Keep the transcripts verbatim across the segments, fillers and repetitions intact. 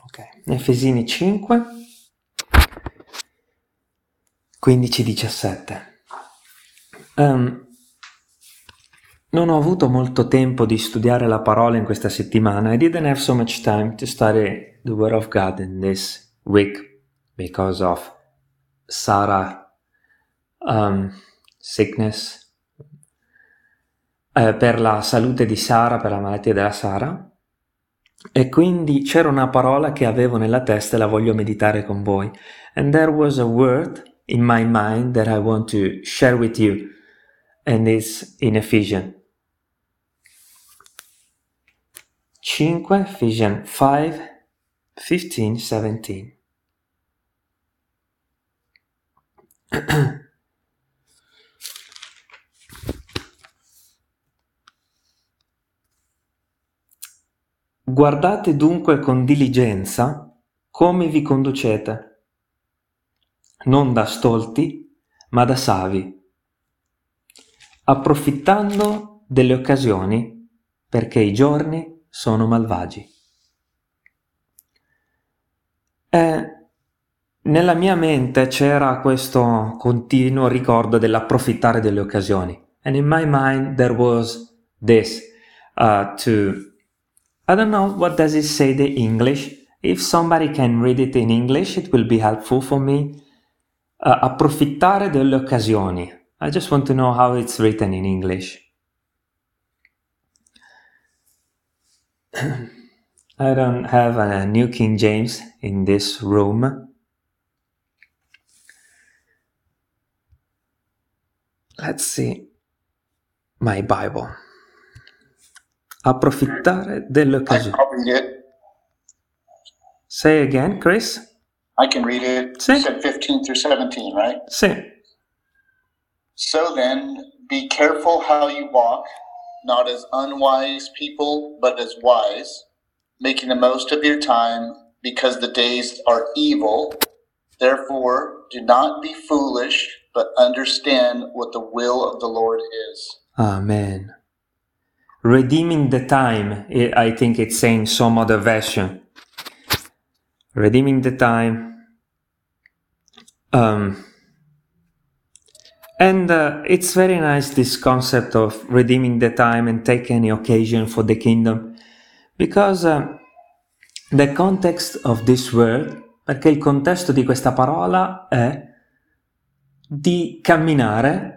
Ok, Efesini cinque, quindici diciassette. Um, non ho avuto molto tempo di studiare la parola in questa settimana. I didn't have so much time to study the Word of God in this week because of Sarah um, sickness, eh, per la salute di Sara, per la malattia della Sara. E quindi c'era una parola che avevo nella testa e la voglio meditare con voi. And there was a word in my mind that I want to share with you, and it's in Ephesians five, Ephesians five, fifteen, seventeen. Guardate dunque con diligenza come vi conducete, non da stolti, ma da savi, approfittando delle occasioni, perché i giorni sono malvagi. E nella mia mente c'era questo continuo ricordo dell'approfittare delle occasioni. And in my mind there was this, uh, to, I don't know what does it say the English. If somebody can read it in English, it will be helpful for me. Uh, approfittare delle occasioni. I just want to know how it's written in English. I don't have a New King James in this room. Let's see my Bible. Approfittare delle occasioni. I'll read it. Say again, Chris. I can read it. Sì. You said fifteen through seventeen, right? Sì. So then, be careful how you walk, not as unwise people, but as wise, making the most of your time, because the days are evil. Therefore, do not be foolish, but understand what the will of the Lord is. Amen. Redeeming the time, I think it's saying some other version. Redeeming the time. Um, and uh, it's very nice, this concept of redeeming the time and take any occasion for the kingdom, because uh, the context of this word, perché il contesto di questa parola è di camminare.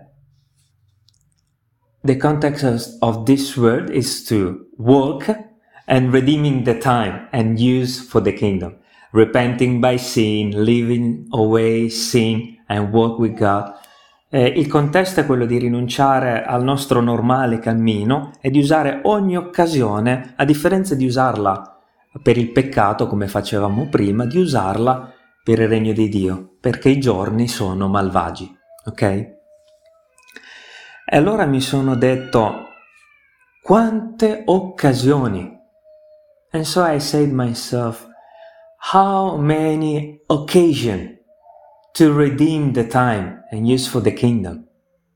The context of this word is to walk and redeeming the time and use for the kingdom. Repenting by sin, living away sin and walk with God. Eh, il contesto è quello di rinunciare al nostro normale cammino e di usare ogni occasione, a differenza di usarla per il peccato come facevamo prima, di usarla per il regno di Dio, perché i giorni sono malvagi, ok? E allora mi sono detto, quante occasioni? And so I said myself, how many occasions to redeem the time and use for the kingdom?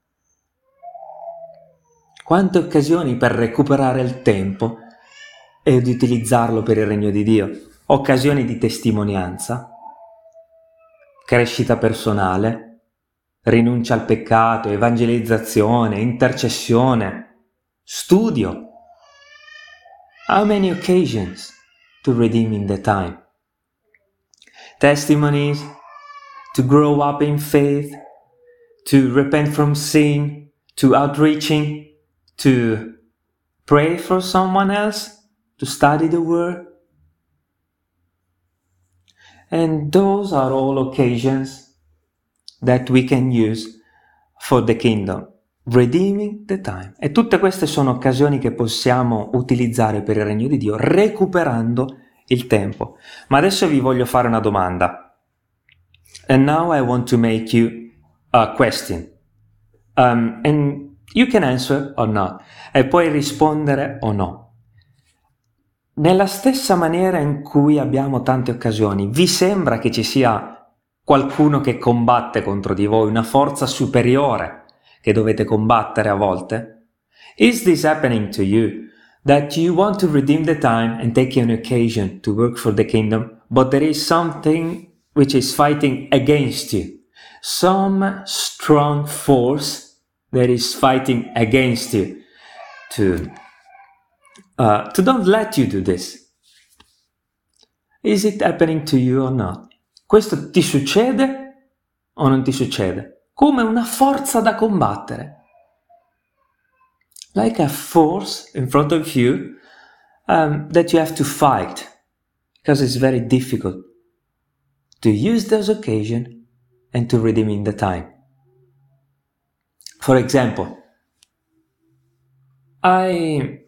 Quante occasioni per recuperare il tempo e di utilizzarlo per il regno di Dio? Occasioni di testimonianza, crescita personale, rinuncia al peccato, evangelizzazione, intercessione, studio. How many occasions to redeeming the time? Testimonies, to grow up in faith, to repent from sin, to outreaching, to pray for someone else, to study the word. And those are all occasions that we can use for the kingdom, redeeming the time. E tutte queste sono occasioni che possiamo utilizzare per il regno di Dio, recuperando il tempo. Ma adesso vi voglio fare una domanda. And now I want to make you a question. Um, and you can answer or not. E puoi rispondere o no. Nella stessa maniera in cui abbiamo tante occasioni, vi sembra che ci sia qualcuno che combatte contro di voi, una forza superiore che dovete combattere a volte? Is this happening to you? that you want to redeem the time and take an occasion to work for the kingdom, but there is something which is fighting against you. Some strong force that is fighting against you to, uh, to don't let you do this. Is it happening to you or not? Questo ti succede o non ti succede? Come una forza da combattere. Like a force in front of you um, that you have to fight, because it's very difficult to use those occasions and to redeem in the time. For example, I,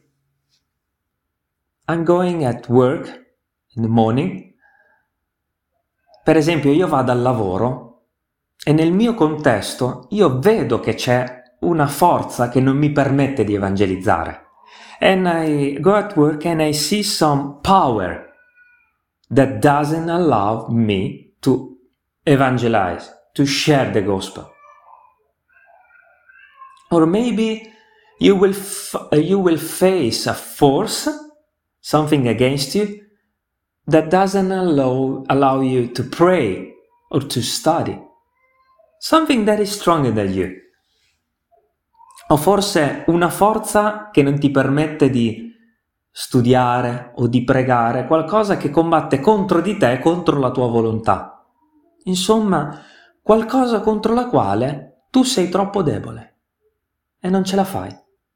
I'm going at work in the morning. Per esempio, io vado al lavoro e nel mio contesto io vedo che c'è una forza che non mi permette di evangelizzare. And I go at work and I see some power that doesn't allow me to evangelize, to share the gospel. Or maybe you will f- you will face a force, something against you, that doesn't allow, allow you to pray or to study. Something that is stronger than you. O forse una forza che non ti permette di studiare o di pregare, qualcosa che combatte contro di te, contro la tua volontà. Insomma, qualcosa contro la quale tu sei troppo debole e non ce la fai.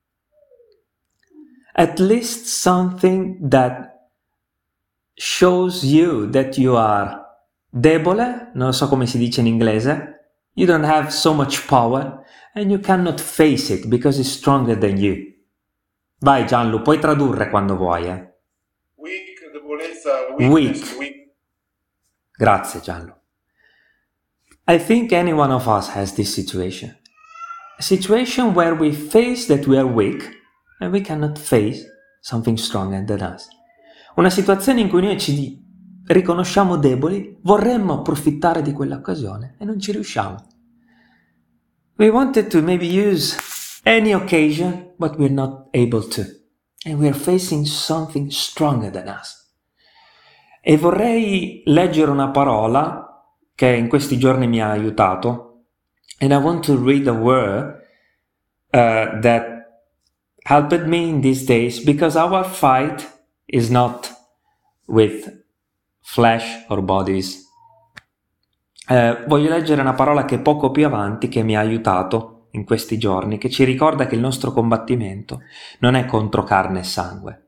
At least something that shows you that you are debole, non so come si dice in inglese, you don't have so much power, and you cannot face it because it's stronger than you. Vai Gianlu, puoi tradurre quando vuoi. Eh? Weak, debolezza, weakness, Weak. weak. Grazie Gianlu. I think any one of us has this situation. A situation where we face that we are weak and we cannot face something stronger than us. Una situazione in cui noi ci riconosciamo deboli, vorremmo approfittare di quell'occasione e non ci riusciamo. We wanted to maybe use any occasion, but we're not able to. And we're facing something stronger than us. E vorrei leggere una parola che in questi giorni mi ha aiutato. And I want to read a word uh, that helped me in these days, because our fight is not with flesh or bodies. Eh, voglio leggere una parola che poco più avanti, che mi ha aiutato in questi giorni, che ci ricorda che il nostro combattimento non è contro carne e sangue.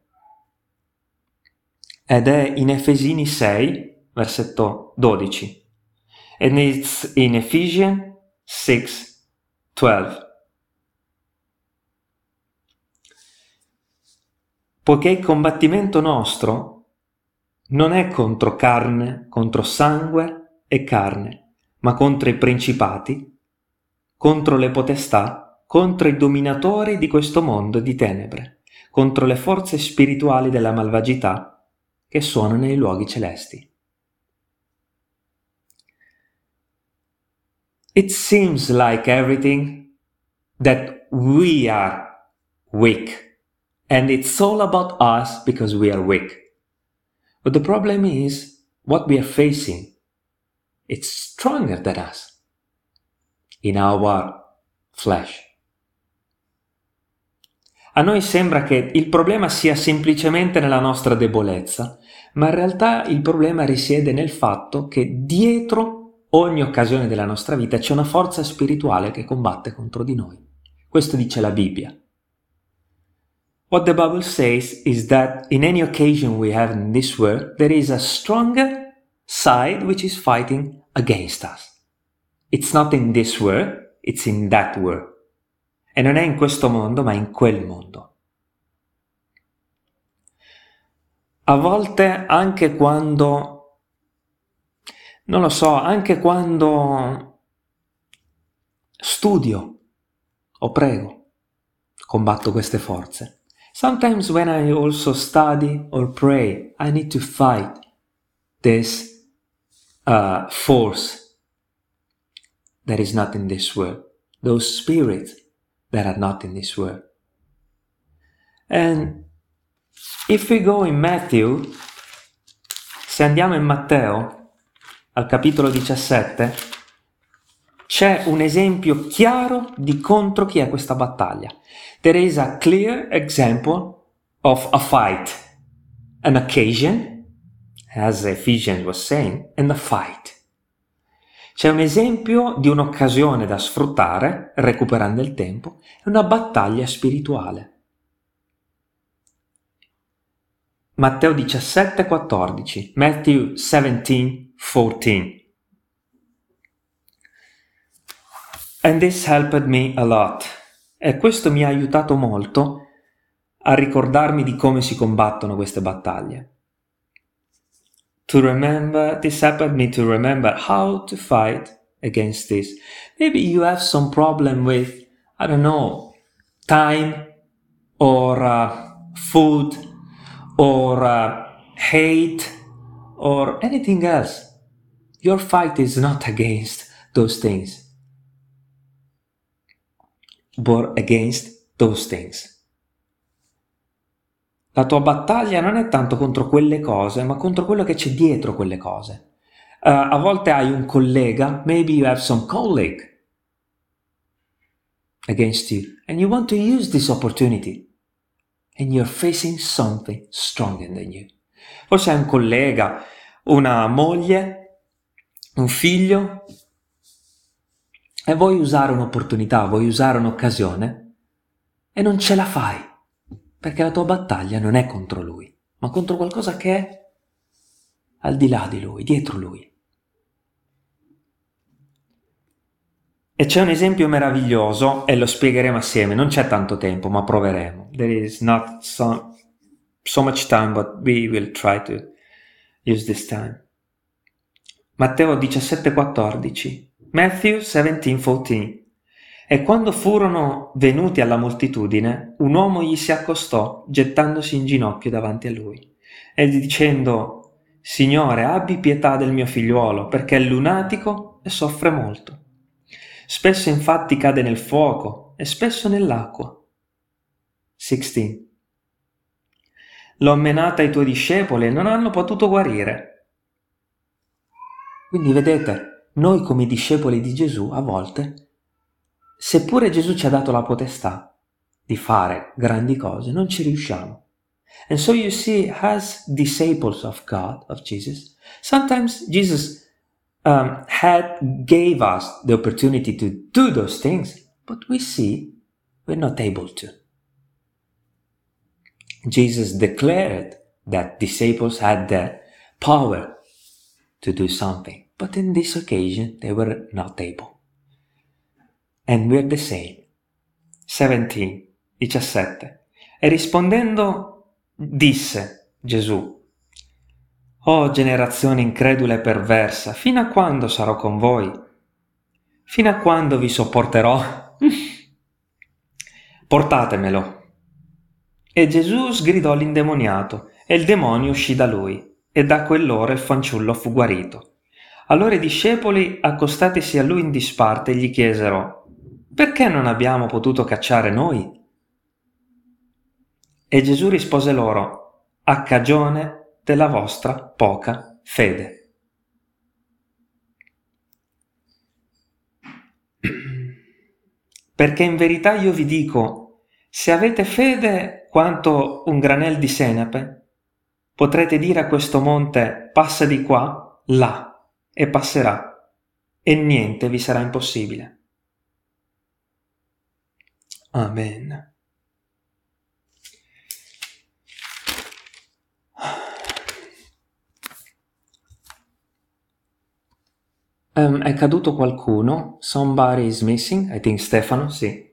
Ed è in Efesini sei, versetto dodici. And it's in Ephesians six twelve. Poiché il combattimento nostro non è contro carne, contro sangue e carne, ma contro i principati, contro le potestà, contro i dominatori di questo mondo di tenebre, contro le forze spirituali della malvagità che sono nei luoghi celesti. It seems like everything that we are weak, and it's all about us because we are weak. But the problem is what we are facing. It's stronger than us in our flesh. A noi sembra che il problema sia semplicemente nella nostra debolezza, ma in realtà il problema risiede nel fatto che dietro ogni occasione della nostra vita c'è una forza spirituale che combatte contro di noi. Questo dice la Bibbia. What the Bible says is that in any occasion we have in this world, there is a stronger side which is fighting against us. It's not in this world, it's in that world. E non è in questo mondo, ma in quel mondo. A volte anche quando, non lo so, anche quando studio o prego, combatto queste forze. Sometimes when I also study or pray, I need to fight this Uh, force that is not in this world, those spirits that are not in this world. And If we go in Matthew, se andiamo in Matteo, al capitolo diciassette, c'è un esempio chiaro di contro chi è questa battaglia. There is a clear example of a fight, an occasion, as Ephesians was saying, and a fight. C'è un esempio di un'occasione da sfruttare, recuperando il tempo, e una battaglia spirituale. Matteo diciassette quattordici, Matthew seventeen fourteen. And this helped me a lot. E questo mi ha aiutato molto a ricordarmi di come si combattono queste battaglie. To remember, this helped me to remember how to fight against this. Maybe you have some problem with, I don't know, time or uh, food or uh, hate or anything else. Your fight is not against those things, but against those things. La tua battaglia non è tanto contro quelle cose, ma contro quello che c'è dietro quelle cose. Uh, a volte hai un collega, maybe you have some colleague against you, and you want to use this opportunity, and you're facing something stronger than you. Forse hai un collega, una moglie, un figlio, e vuoi usare un'opportunità, vuoi usare un'occasione, e non ce la fai. Perché la tua battaglia non è contro lui, ma contro qualcosa che è al di là di lui, dietro lui. E c'è un esempio meraviglioso e lo spiegheremo assieme, non c'è tanto tempo, ma proveremo. There is not so, so much time, but we will try to use this time. Matteo diciassette quattordici, Matthew seventeen fourteen. E quando furono venuti alla moltitudine, un uomo gli si accostò, gettandosi in ginocchio davanti a lui, e dicendo: Signore, abbi pietà del mio figliuolo, perché è lunatico e soffre molto. Spesso infatti cade nel fuoco e spesso nell'acqua. sedici. L'ho menata ai tuoi discepoli e non hanno potuto guarire. Quindi vedete, noi come discepoli di Gesù a volte, seppure Gesù ci ha dato la potestà di fare grandi cose, non ci riusciamo. And so you see, as disciples of God, of Jesus, sometimes Jesus um, had gave us the opportunity to do those things, but we see we're not able to. Jesus declared that disciples had the power to do something, but in this occasion they were not able. And we're the same. seventeen, diciassette. E rispondendo disse Gesù: O generazione incredula e perversa, fino a quando sarò con voi? Fino a quando vi sopporterò? Portatemelo. E Gesù sgridò l'indemoniato, e il demonio uscì da lui, e da quell'ora il fanciullo fu guarito. Allora i discepoli, accostatisi a lui in disparte, gli chiesero: Perché non abbiamo potuto cacciare noi? E Gesù rispose loro: A cagione della vostra poca fede. Perché in verità io vi dico, se avete fede quanto un granel di senape, potrete dire a questo monte: passa di qua, là, e passerà, e niente vi sarà impossibile. Amen. Um, è caduto qualcuno? Somebody is missing? I think Stefano, sì.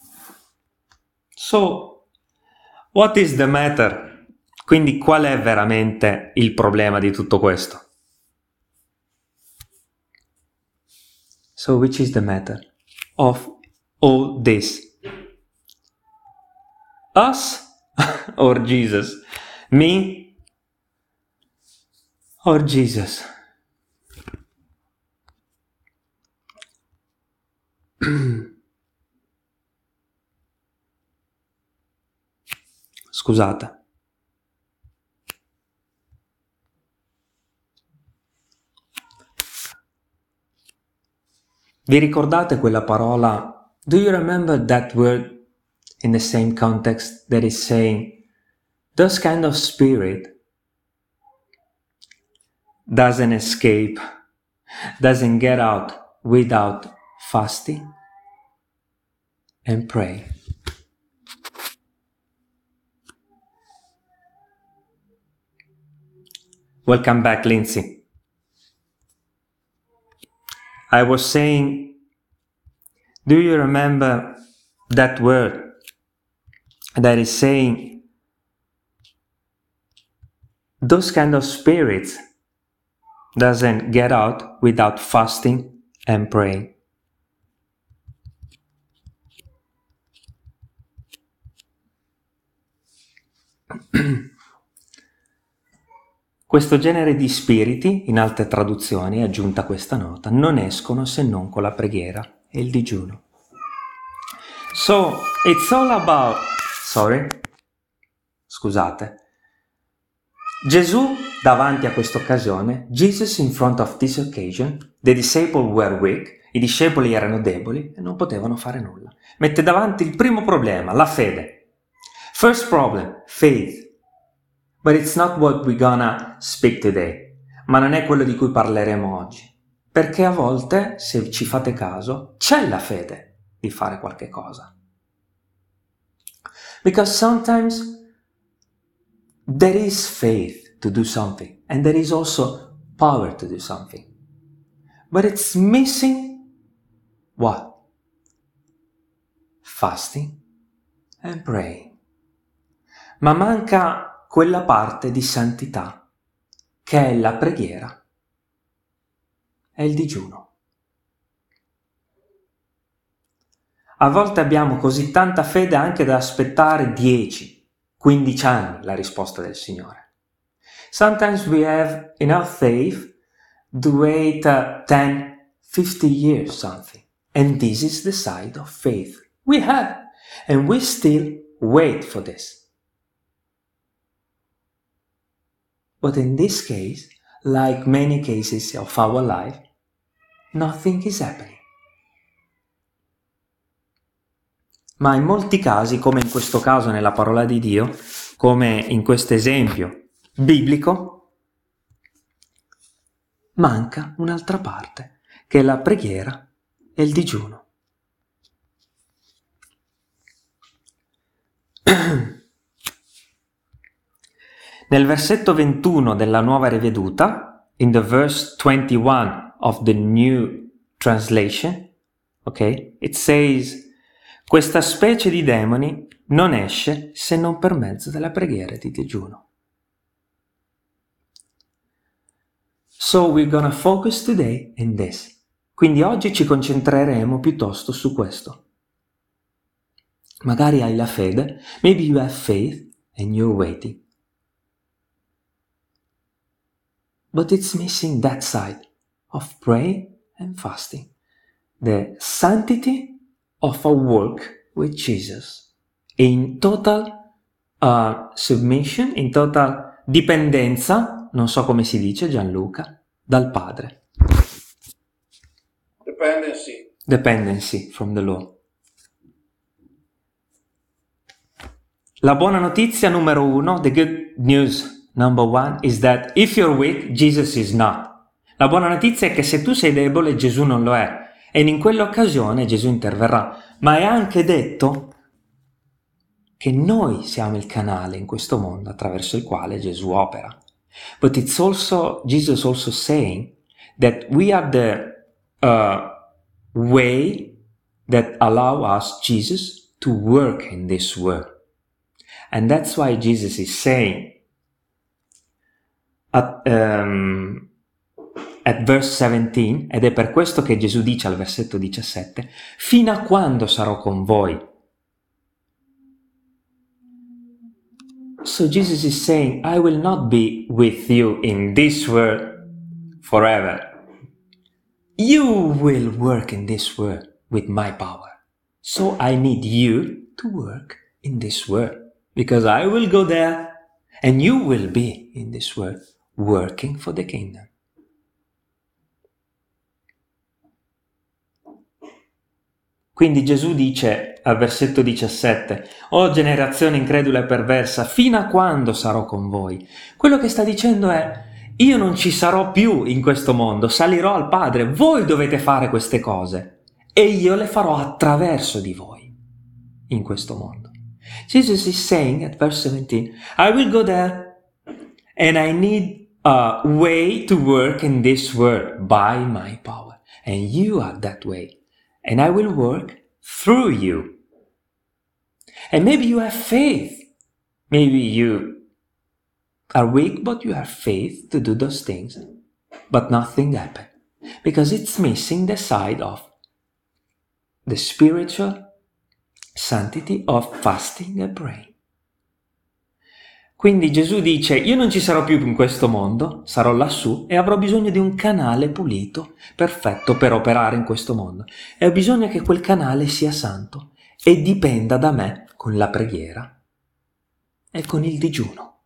So, what is the matter? Quindi qual è veramente il problema di tutto questo? So, which is the matter of all this? Us or Jesus? Me or Jesus? Scusate. Vi ricordate quella parola? Do you remember that word in the same context that is saying those kind of spirit doesn't escape, doesn't get out without fasting and pray. Welcome back, Lindsay. I was saying, do you remember that word that is saying those kind of spirits doesn't get out without fasting and praying? Questo genere di spiriti, in altre traduzioni, aggiunta questa nota, non escono se non con la preghiera e il digiuno. So, it's all about... Sorry. Scusate. Gesù, davanti a questa occasione, Jesus in front of this occasion, the disciples were weak, i discepoli erano deboli e non potevano fare nulla. Mette davanti il primo problema, la fede. First problem, faith. But it's not what we're gonna speak today. Ma non è quello di cui parleremo oggi. Perché a volte, se ci fate caso, c'è la fede di fare qualche cosa. Because sometimes there is faith to do something, and there is also power to do something. But it's missing what? Fasting and praying. Ma manca quella parte di santità che è la preghiera e il digiuno. A volte abbiamo così tanta fede anche da aspettare dieci, quindici anni la risposta del Signore. Sometimes we have enough faith to wait uh, ten, fifty years something. And this is the side of faith we have. And we still wait for this. But in this case, like many cases of our life, nothing is happening. Ma in molti casi, come in questo caso nella parola di Dio, come in questo esempio biblico, manca un'altra parte, che è la preghiera e il digiuno. Nel versetto ventuno della Nuova Riveduta, in the verse twenty-one of the New Translation, ok, it says, questa specie di demoni non esce se non per mezzo della preghiera e di digiuno. So we're gonna focus today in this. Quindi oggi ci concentreremo piuttosto su questo. Magari hai la fede, maybe you have faith and you're waiting. But it's missing that side of praying and fasting. The sanctity of a walk with Jesus. In total uh, submission, in total dipendenza, non so come si dice Gianluca, dal Padre. Dependency. Dependency from the Lord. La buona notizia numero uno, the good news number one, is that if you're weak, Jesus is not. La buona notizia è che se tu sei debole, Gesù non lo è. E in quell'occasione Gesù interverrà. Ma è anche detto che noi siamo il canale in questo mondo attraverso il quale Gesù opera. But it's also, Jesus also saying that we are the uh, way that allow us, Jesus, to work in this world. And that's why Jesus is saying at, um, at verse seventeen, ed è per questo che Gesù dice al versetto diciassette, fino a quando sarò con voi? So Jesus is saying, I will not be with you in this world forever. You will work in this world with my power. So I need you to work in this world, because I will go there and you will be in this world working for the kingdom. Quindi Gesù dice al versetto diciassette: «O generazione incredula e perversa, fino a quando sarò con voi?» Quello che sta dicendo è: io non ci sarò più in questo mondo, salirò al Padre, voi dovete fare queste cose e io le farò attraverso di voi in questo mondo. Jesus is saying at verse seventeen, I will go there and I need a way to work in this world by my power. And you are that way. And I will work through you. And maybe you have faith. Maybe you are weak, but you have faith to do those things. But nothing happened. Because it's missing the side of the spiritual sanctity of fasting and praying. Quindi Gesù dice: io non ci sarò più in questo mondo, sarò lassù e avrò bisogno di un canale pulito, perfetto per operare in questo mondo. E ho bisogno che quel canale sia santo e dipenda da me con la preghiera e con il digiuno.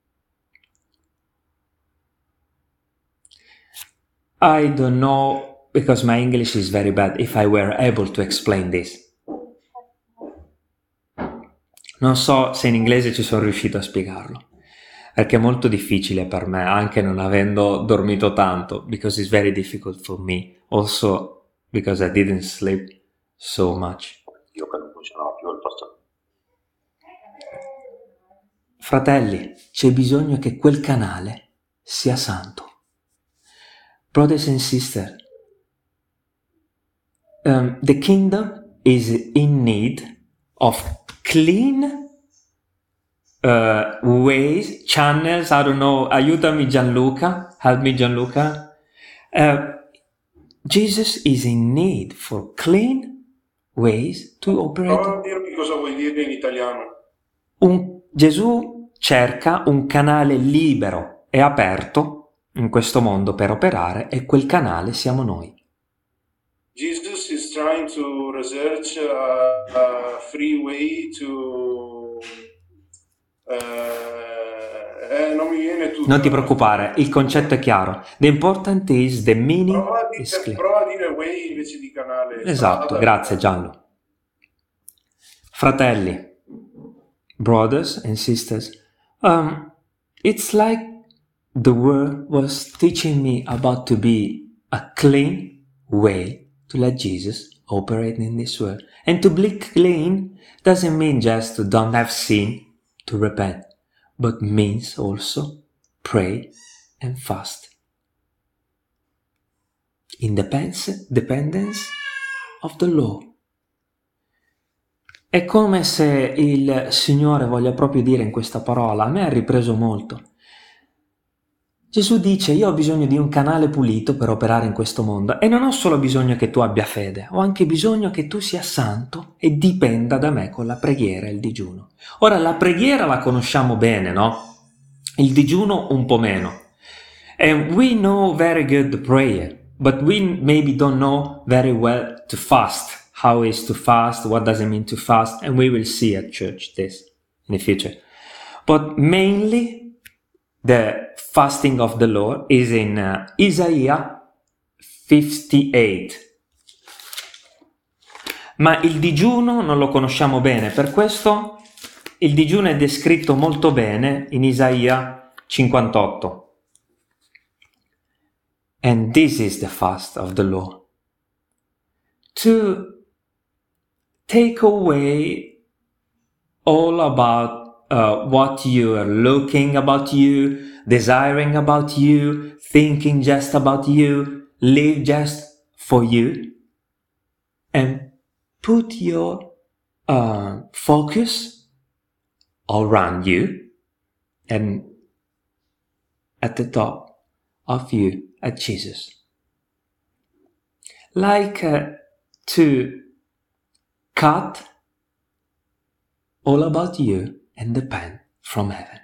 I don't know, because my English is very bad, if I were able to explain this. Non so se in inglese ci sono riuscito a spiegarlo, perché è molto difficile per me, anche non avendo dormito tanto, because it's very difficult for me, also because I didn't sleep so much. Io che non funzionava più il posto. Fratelli, c'è bisogno che quel canale sia santo. Brothers and sisters, um, the kingdom is in need of clean uh, ways, channels, I don't know, aiutami Gianluca, help me Gianluca. Uh, Jesus is in need for clean ways to operate. Prova a dirmi cosa vuoi dire in italiano. Un, Gesù cerca un canale libero e aperto in questo mondo per operare e quel canale siamo noi. Jesus is trying to research a, a free way to... Eh, non mi viene tutto. Non ti preoccupare, il concetto è chiaro. The important is the meaning Prova a is dire, clear. prova a dire way invece di canale. Esatto, Strada. grazie Gianlu. Fratelli, brothers and sisters, um, it's like the word was teaching me about to be a clean way to let Jesus operate in this world. And to be clean doesn't mean just to don't have sin, to repent, but means also pray and fast. Independence, dependence of the law. È come se il Signore voglia proprio dire in questa parola, a me ha ripreso molto. Gesù dice: io ho bisogno di un canale pulito per operare in questo mondo e non ho solo bisogno che tu abbia fede, ho anche bisogno che tu sia santo e dipenda da me con la preghiera e il digiuno. Ora, la preghiera la conosciamo bene, no? Il digiuno un po' meno. And we know very good the prayer, but we maybe don't know very well to fast. How is to fast? What does it mean to fast? And we will see at church this in the future. But mainly, the fasting of the Lord is in uh, Isaiah fifty-eight. Ma il digiuno non lo conosciamo bene, per questo il digiuno è descritto molto bene in Isaia cinquantotto. And this is the fast of the Lord. To take away all about Uh, what you are looking about you, desiring about you, thinking just about you, live just for you, and put your uh, focus around you and at the top of you at Jesus. Like uh, to cut all about you and depend from heaven.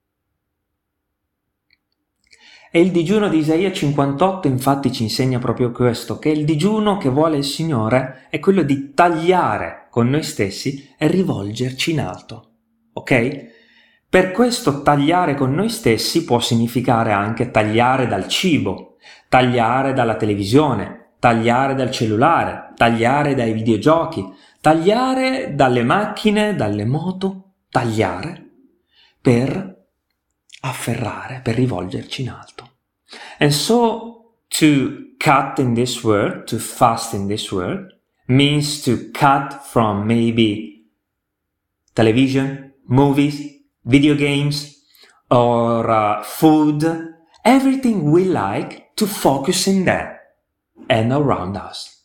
E il digiuno di Isaia cinquantotto infatti ci insegna proprio questo, che il digiuno che vuole il Signore è quello di tagliare con noi stessi e rivolgerci in alto, ok? Per questo tagliare con noi stessi può significare anche tagliare dal cibo, tagliare dalla televisione, tagliare dal cellulare, tagliare dai videogiochi, tagliare dalle macchine, dalle moto, tagliare per afferrare, per rivolgerci in alto. And so to cut in this world, to fast in this world, means to cut from maybe television, movies, video games, or uh, food, everything we like, to focus in that and around us.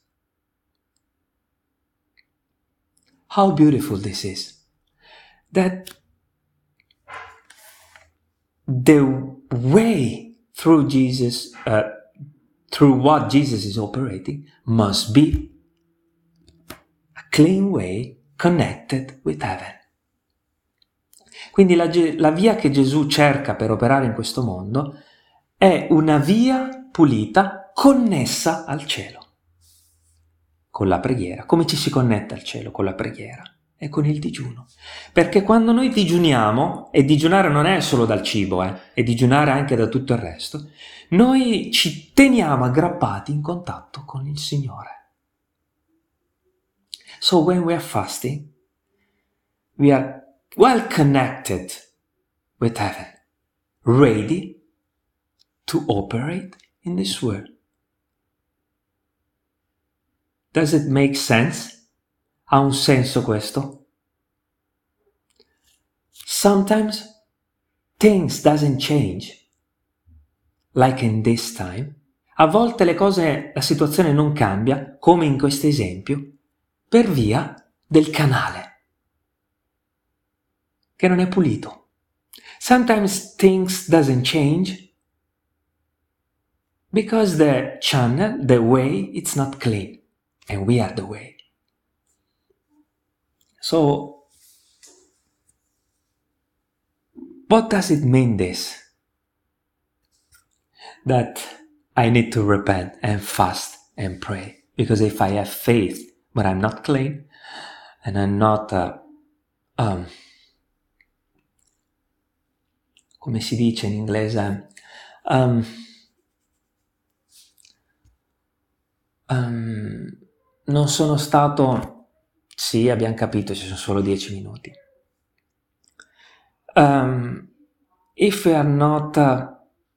How beautiful this is. That the way through Jesus, uh, through what Jesus is operating, must be a clean way connected with heaven. Quindi la, la via che Gesù cerca per operare in questo mondo è una via pulita connessa al cielo, con la preghiera. Come ci si connette al cielo? Con la preghiera e con il digiuno. Perché quando noi digiuniamo, e digiunare non è solo dal cibo, eh, è digiunare anche da tutto il resto, noi ci teniamo aggrappati in contatto con il Signore. So when we are fasting, we are well connected with heaven, ready to operate in this world. Does it make sense? Ha un senso questo? Sometimes things doesn't change, like in this time. A volte le cose, la situazione non cambia, come in questo esempio, per via del canale, che non è pulito. Sometimes things doesn't change because the channel, the way, it's not clean, and we are the way. So, what does it mean this? That I need to repent and fast and pray, because if I have faith but I'm not clean, and I'm not uh, um, come si dice in inglese, um, um, non sono stato, sì, abbiamo capito, ci sono solo dieci minuti. Um, if we are not uh,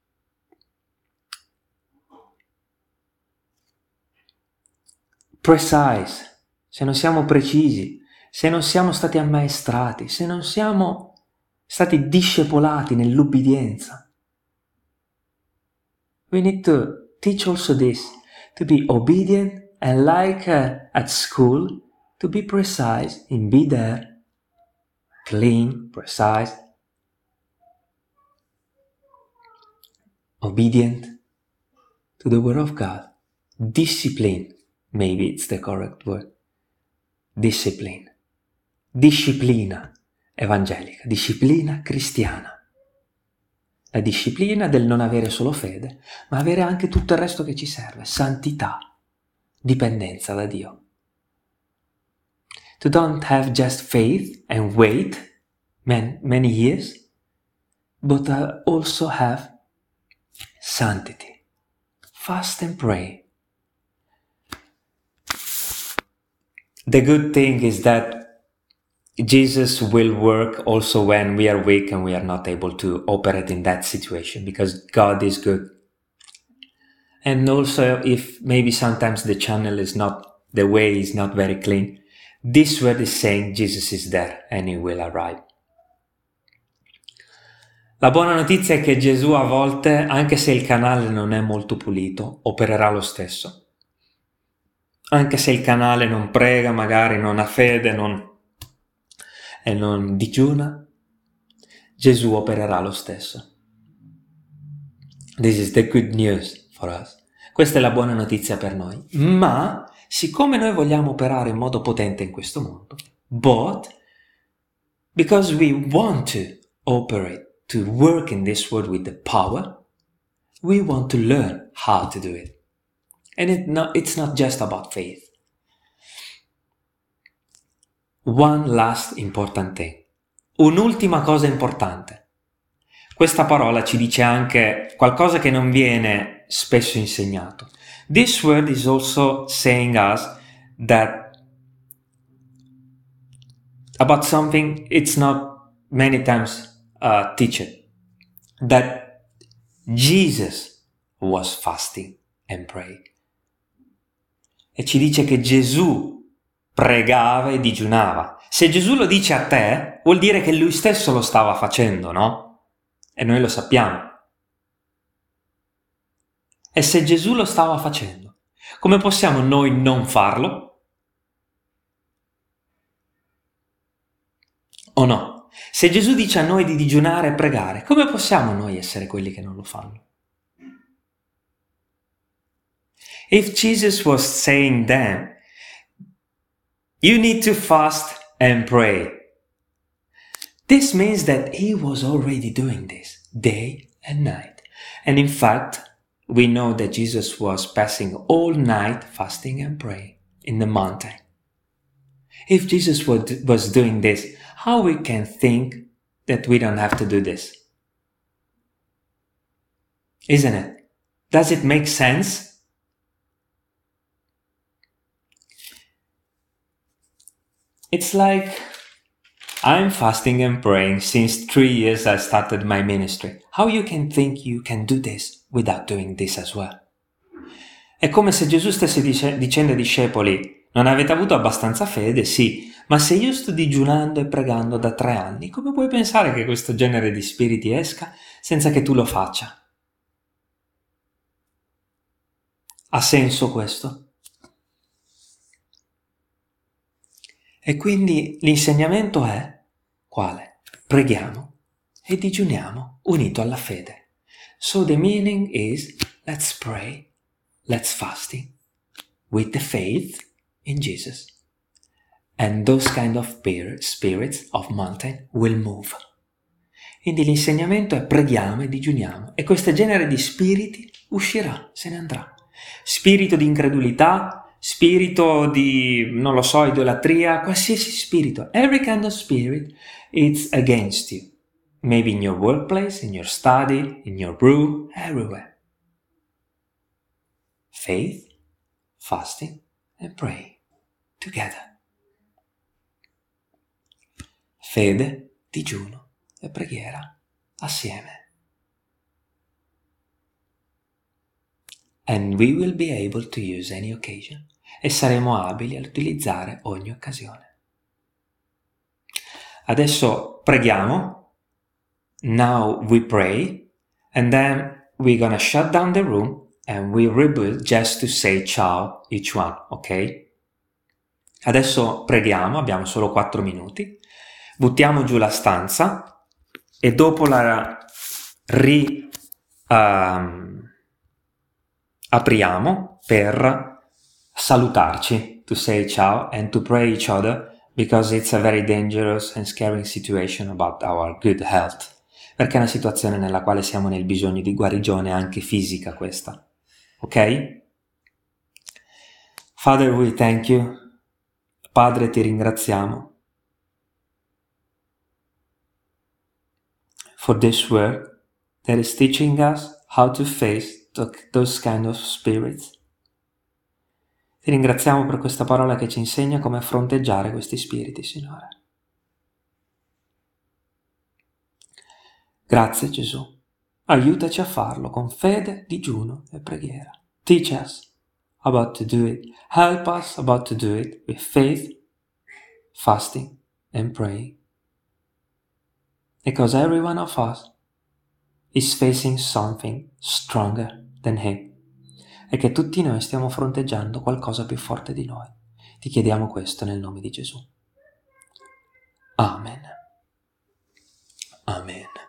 precise, se non siamo precisi, se non siamo stati ammaestrati, se non siamo stati discepolati nell'ubbidienza. We need to teach also this, to be obedient and like uh, at school, to be precise and be there, clean, precise, obedient to the word of God, discipline. Maybe it's the correct word. Discipline. Disciplina evangelica, disciplina cristiana. La disciplina del non avere solo fede, ma avere anche tutto il resto che ci serve. Santità, dipendenza da Dio. To don't have just faith and wait many, many years, but uh, also have sanctity. Fast and pray. The good thing is that Jesus will work also when we are weak and we are not able to operate in that situation, because God is good. And also if maybe sometimes the channel is not, the way is not very clean, this word is saying Jesus is there and he will arrive. La buona notizia è che Gesù a volte, anche se il canale non è molto pulito, opererà lo stesso. Anche se il canale non prega, magari non ha fede, non, e non digiuna, Gesù opererà lo stesso. This is the good news for us. Questa è la buona notizia per noi. Ma, siccome noi vogliamo operare in modo potente in questo mondo, but, because we want to operate, to work in this world with the power, we want to learn how to do it. And it not, it's not just about faith. One last important thing. Un'ultima cosa importante. Questa parola ci dice anche qualcosa che non viene spesso insegnato. This word is also saying us that about something it's not many times uh, teached, that Jesus was fasting and praying. E ci dice che Gesù pregava e digiunava. Se Gesù lo dice a te, vuol dire che lui stesso lo stava facendo, no? E noi lo sappiamo. E se Gesù lo stava facendo, come possiamo noi non farlo? O no? Se Gesù dice a noi di digiunare e pregare, come possiamo noi essere quelli che non lo fanno? If Jesus was saying then, you need to fast and pray, this means that he was already doing this day and night. And in fact, we know that Jesus was passing all night fasting and praying in the mountain. If Jesus was doing this, how we can think that we don't have to do this? Isn't it? Does it make sense? It's like I'm fasting and praying since three years I started my ministry. How you can think you can do this without doing this as well? È come se Gesù stesse dice, dicendo ai discepoli, non avete avuto abbastanza fede? Sì, ma se io sto digiunando e pregando da tre anni, come puoi pensare che questo genere di spiriti esca senza che tu lo faccia? Ha senso questo? E quindi l'insegnamento è quale? Preghiamo e digiuniamo unito alla fede. So the meaning is, let's pray, let's fasting with the faith in Jesus. And those kind of spirits of mountain will move. Quindi l'insegnamento è preghiamo e digiuniamo e questo genere di spiriti uscirà, se ne andrà. Spirito di incredulità, spirito di, non lo so, idolatria, qualsiasi spirito, every kind of spirit, it's against you. Maybe in your workplace, in your study, in your room, everywhere. Faith, fasting, and praying together. Fede, digiuno e preghiera assieme. And we will be able to use any occasion. E saremo abili ad utilizzare ogni occasione. Adesso preghiamo. Now we pray. And then we're gonna shut down the room and we rebuild just to say ciao each one, ok? Adesso preghiamo, abbiamo solo quattro minuti. Buttiamo giù la stanza e dopo la ri... Um, apriamo per salutarci, to say ciao and to pray each other, because it's a very dangerous and scaring situation about our good health, perché è una situazione nella quale siamo nel bisogno di guarigione anche fisica questa, ok? Father, we thank you. Padre, ti ringraziamo for this word that is teaching us how to face those kind of spirits. Ti ringraziamo per questa parola che ci insegna come fronteggiare questi spiriti, Signore. Grazie Gesù. Aiutaci a farlo con fede, digiuno e preghiera. Teach us about to do it. Help us about to do it with faith, fasting and praying. Because every one of us is facing something stronger than him. E che tutti noi stiamo fronteggiando qualcosa più forte di noi. Ti chiediamo questo nel nome di Gesù. Amen. Amen.